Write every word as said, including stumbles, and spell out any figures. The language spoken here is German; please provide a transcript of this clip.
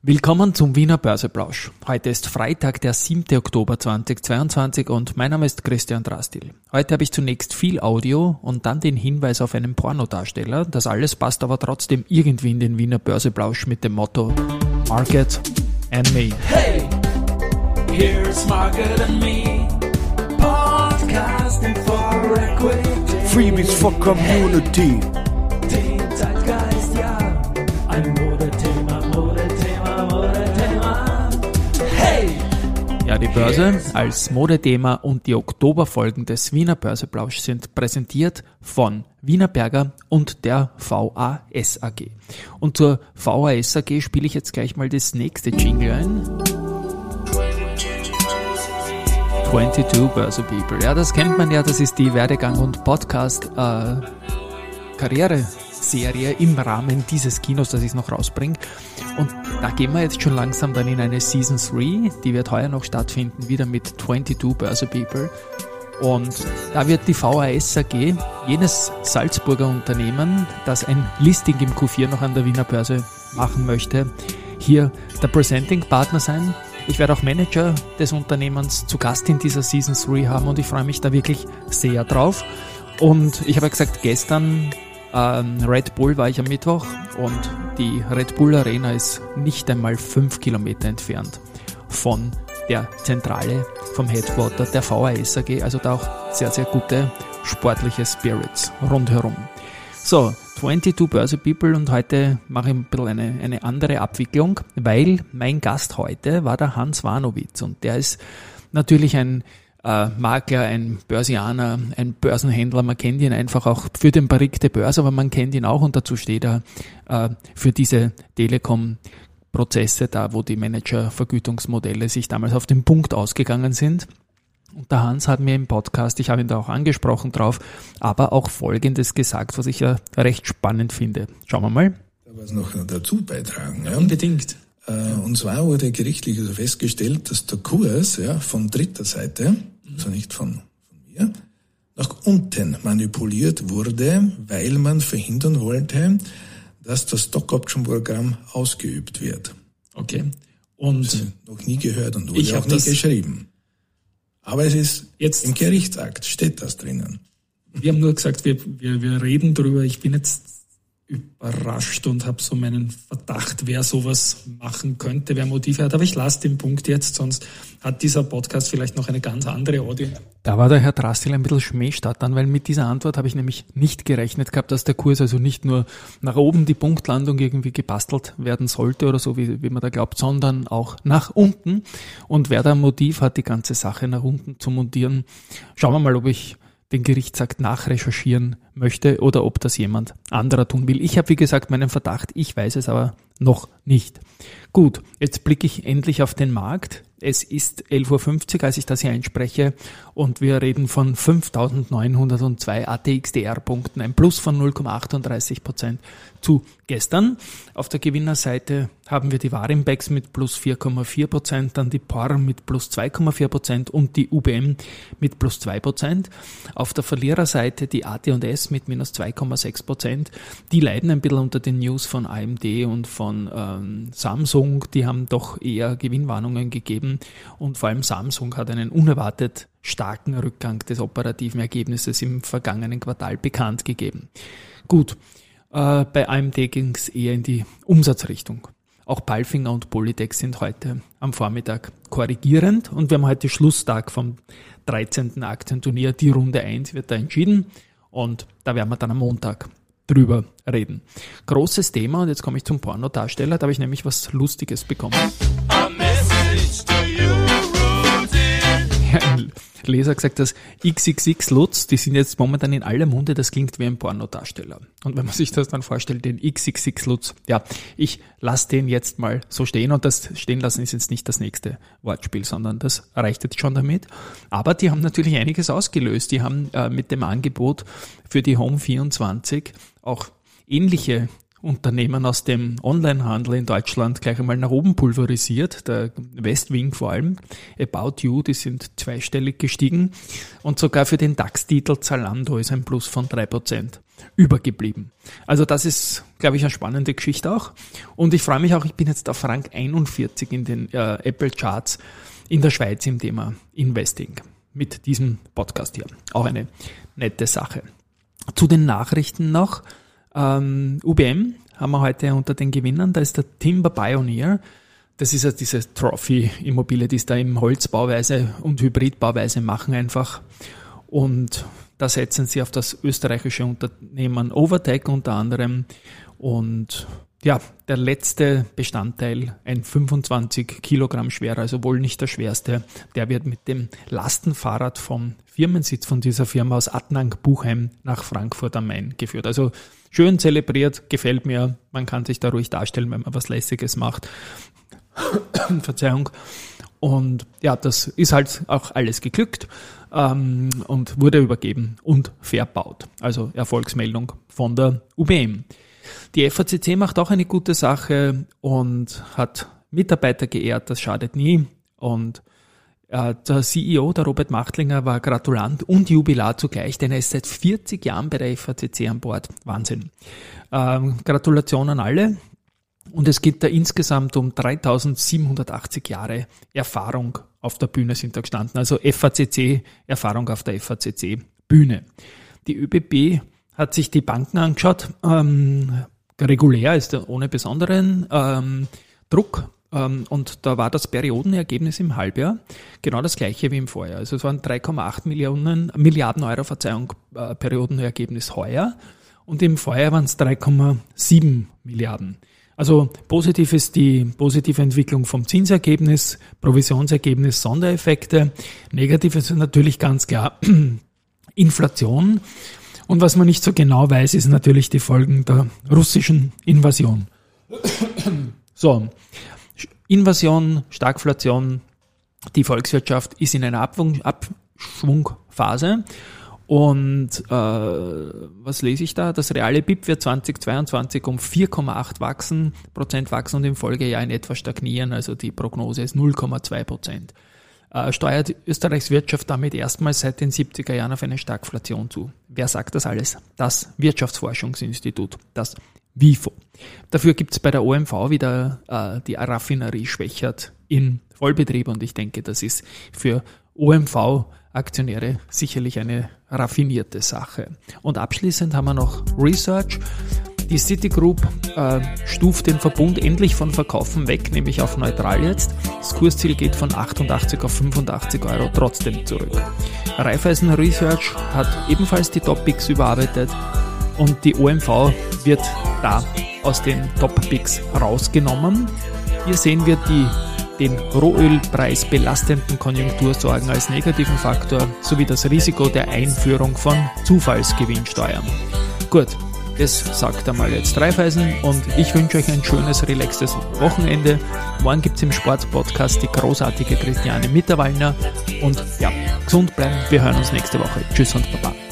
Willkommen zum Wiener Börseplausch. Heute ist Freitag, der siebter Oktober zweitausendzweiundzwanzig und mein Name ist Christian Drastil. Heute habe ich zunächst viel Audio und dann den Hinweis auf einen Pornodarsteller. Das alles passt aber trotzdem irgendwie in den Wiener Börseplausch mit dem Motto Market and Me. Hey, here's Market and Me, podcasting for equity. Freebies for Community. Den Zeitgeist, ja, ein Modethema, Modethema, Modethema. Hey! Ja, die Börse als Modethema und die Oktoberfolgen des Wiener Börseplausch sind präsentiert von Wienerberger und der V A S A G. Und zur V A S A G spiele ich jetzt gleich mal das nächste Jingle ein. zweiundzwanzig Börse People. Ja, das kennt man ja, das ist die Werdegang- und Podcast-Karriere-Serie äh, im Rahmen dieses Kinos, das ich noch rausbringe. Und da gehen wir jetzt schon langsam dann in eine Season drei, die wird heuer noch stattfinden, wieder mit zweiundzwanzig Börse People. Und da wird die V A S A G, jenes Salzburger Unternehmen, das ein Listing im Q vier noch an der Wiener Börse machen möchte, hier der Presenting Partner sein. Ich werde auch Manager des Unternehmens zu Gast in dieser Season drei haben und ich freue mich da wirklich sehr drauf. Und ich habe ja gesagt, gestern ähm, Red Bull war ich am Mittwoch und die Red Bull Arena ist nicht einmal fünf Kilometer entfernt von der Zentrale, vom Headquarter der V A S A G. Also da auch sehr, sehr gute sportliche Spirits rundherum. So, zweiundzwanzig Börse People und heute mache ich ein bisschen eine, eine andere Abwicklung, weil mein Gast heute war der Hans Warnowitz und der ist natürlich ein äh, Makler, ein Börsianer, ein Börsenhändler, man kennt ihn einfach auch für den Barrique de Börse, aber man kennt ihn auch und dazu steht er äh, für diese Telekom-Prozesse da, wo die Manager-Vergütungsmodelle sich damals auf den Punkt ausgegangen sind. Und der Hans hat mir im Podcast, ich habe ihn da auch angesprochen drauf, aber auch Folgendes gesagt, was ich ja recht spannend finde. Schauen wir mal. Da was noch dazu beitragen. Ja. Unbedingt. Äh, und zwar wurde gerichtlich also festgestellt, dass der Kurs ja, von dritter Seite, also nicht von, von mir, nach unten manipuliert wurde, weil man verhindern wollte, dass das Stock-Option-Programm ausgeübt wird. Okay. Und das noch nie gehört und wurde ich auch nie geschrieben. Aber es ist jetzt im Gerichtsakt, steht das drinnen. Wir haben nur gesagt, wir, wir, wir reden drüber. Ich bin jetzt überrascht und habe so meinen Verdacht, wer sowas machen könnte, wer Motive hat. Aber ich lasse den Punkt jetzt, sonst hat dieser Podcast vielleicht noch eine ganz andere Audience. Da war der Herr Drastil ein bisschen Schmähstatt dann, weil mit dieser Antwort habe ich nämlich nicht gerechnet gehabt, dass der Kurs also nicht nur nach oben die Punktlandung irgendwie gebastelt werden sollte oder so, wie, wie man da glaubt, sondern auch nach unten. Und wer da ein Motiv hat, die ganze Sache nach unten zu montieren, schauen wir mal, ob ich den Gerichtsakt nachrecherchieren möchte oder ob das jemand anderer tun will. Ich habe, wie gesagt, meinen Verdacht, ich weiß es aber noch nicht. Gut, jetzt blicke ich endlich auf den Markt. Es ist elf Uhr fünfzig, als ich das hier einspreche und wir reden von fünftausendneunhundertzwei A T X D R-Punkten, ein Plus von null Komma achtunddreißig Prozent zu gestern. Auf der Gewinnerseite haben wir die Warimbex mit plus vier Komma vier Prozent, dann die P O R mit plus zwei Komma vier Prozent und die U B M mit plus zwei Prozent. Auf der Verliererseite die A T und S mit minus zwei Komma sechs Prozent. Die leiden ein bisschen unter den News von A M D und von ähm, Samsung. Die haben doch eher Gewinnwarnungen gegeben und vor allem Samsung hat einen unerwartet starken Rückgang des operativen Ergebnisses im vergangenen Quartal bekannt gegeben. Gut. Bei A M D ging es eher in die Umsatzrichtung. Auch Palfinger und Polytech sind heute am Vormittag korrigierend und wir haben heute Schlusstag vom dreizehnten Aktienturnier. Die Runde eins wird da entschieden und da werden wir dann am Montag drüber reden. Großes Thema und jetzt komme ich zum Pornodarsteller, da habe ich nämlich was Lustiges bekommen. A message to you, Ein Leser gesagt, dass X X X Lutz, die sind jetzt momentan in aller Munde, das klingt wie ein Pornodarsteller. Und wenn man sich das dann vorstellt, den X X X Lutz, ja, ich lasse den jetzt mal so stehen und das stehen lassen ist jetzt nicht das nächste Wortspiel, sondern das reicht jetzt schon damit. Aber die haben natürlich einiges ausgelöst. Die haben äh, mit dem Angebot für die Home vierundzwanzig auch ähnliche Unternehmen aus dem Onlinehandel in Deutschland gleich einmal nach oben pulverisiert, der Westwing vor allem, About You, die sind zweistellig gestiegen und sogar für den DAX-Titel Zalando ist ein Plus von drei Prozent übergeblieben. Also das ist, glaube ich, eine spannende Geschichte auch. Und ich freue mich auch, ich bin jetzt auf Rang einundvierzig in den äh, Apple Charts in der Schweiz im Thema Investing mit diesem Podcast hier. Auch eine nette Sache. Zu den Nachrichten noch. Ähm, U B M haben wir heute unter den Gewinnern. Da ist der Timber Pioneer. Das ist ja diese Trophy-Immobilie, die es da im Holzbauweise und Hybridbauweise machen einfach. Und da setzen sie auf das österreichische Unternehmen Overtech unter anderem. Und ja, der letzte Bestandteil, ein fünfundzwanzig Kilogramm schwerer, also wohl nicht der schwerste, der wird mit dem Lastenfahrrad vom Firmensitz von dieser Firma aus Adnang-Buchheim nach Frankfurt am Main geführt. Also schön zelebriert, gefällt mir. Man kann sich da ruhig darstellen, wenn man was Lässiges macht. Verzeihung. Und ja, das ist halt auch alles geglückt ähm, und wurde übergeben und verbaut. Also Erfolgsmeldung von der U B M. Die F A C C macht auch eine gute Sache und hat Mitarbeiter geehrt, das schadet nie. Und äh, der C E O, der Robert Machtlinger, war Gratulant und Jubilar zugleich, denn er ist seit vierzig Jahren bei der F A C C an Bord. Wahnsinn. Ähm, Gratulation an alle. Und es geht da insgesamt um dreitausendsiebenhundertachtzig Jahre Erfahrung auf der Bühne sind da gestanden. Also F A C C, Erfahrung auf der F A C C-Bühne. Die ÖBB hat sich die Banken angeschaut, ähm, regulär, ist ohne besonderen ähm, Druck. Ähm, und da war das Periodenergebnis im Halbjahr genau das gleiche wie im Vorjahr. Also es waren drei Komma acht Millionen, Milliarden Euro, Verzeihung, äh, Periodenergebnis heuer. Und im Vorjahr waren es drei Komma sieben Milliarden. Also positiv ist die positive Entwicklung vom Zinsergebnis, Provisionsergebnis, Sondereffekte. Negativ ist natürlich ganz klar Inflation. Und was man nicht so genau weiß, ist natürlich die Folgen der russischen Invasion. So, Invasion, Stagflation, die Volkswirtschaft ist in einer Abschwungphase. Und äh, was lese ich da? Das reale B I P wird zweitausendzweiundzwanzig um vier Komma acht wachsen, Prozent wachsen und im Folgejahr in etwa stagnieren. Also die Prognose ist null Komma zwei Prozent. Äh, steuert Österreichs Wirtschaft damit erstmals seit den siebziger Jahren auf eine Stagflation zu. Wer sagt das alles? Das Wirtschaftsforschungsinstitut, das W I F O. Dafür gibt es bei der O M V wieder äh, die Raffinerie Schwächert in Vollbetrieb und ich denke, das ist für O M V-Aktionäre sicherlich eine raffinierte Sache. Und abschließend haben wir noch Research. Die Citigroup äh, stuft den Verbund endlich von Verkaufen weg, nämlich auf neutral jetzt. Das Kursziel geht von achtundachtzig auf fünfundachtzig Euro trotzdem zurück. Raiffeisen Research hat ebenfalls die Top-Picks überarbeitet und die O M V wird da aus den Top-Picks rausgenommen. Hier sehen wir die den Rohölpreis belastenden Konjunktursorgen als negativen Faktor sowie das Risiko der Einführung von Zufallsgewinnsteuern. Gut, das sagt einmal jetzt Raiffeisen und ich wünsche euch ein schönes, relaxtes Wochenende. Morgen gibt es im Sportpodcast die großartige Christiane Mitterwallner und ja, gesund bleiben. Wir hören uns nächste Woche. Tschüss und Baba.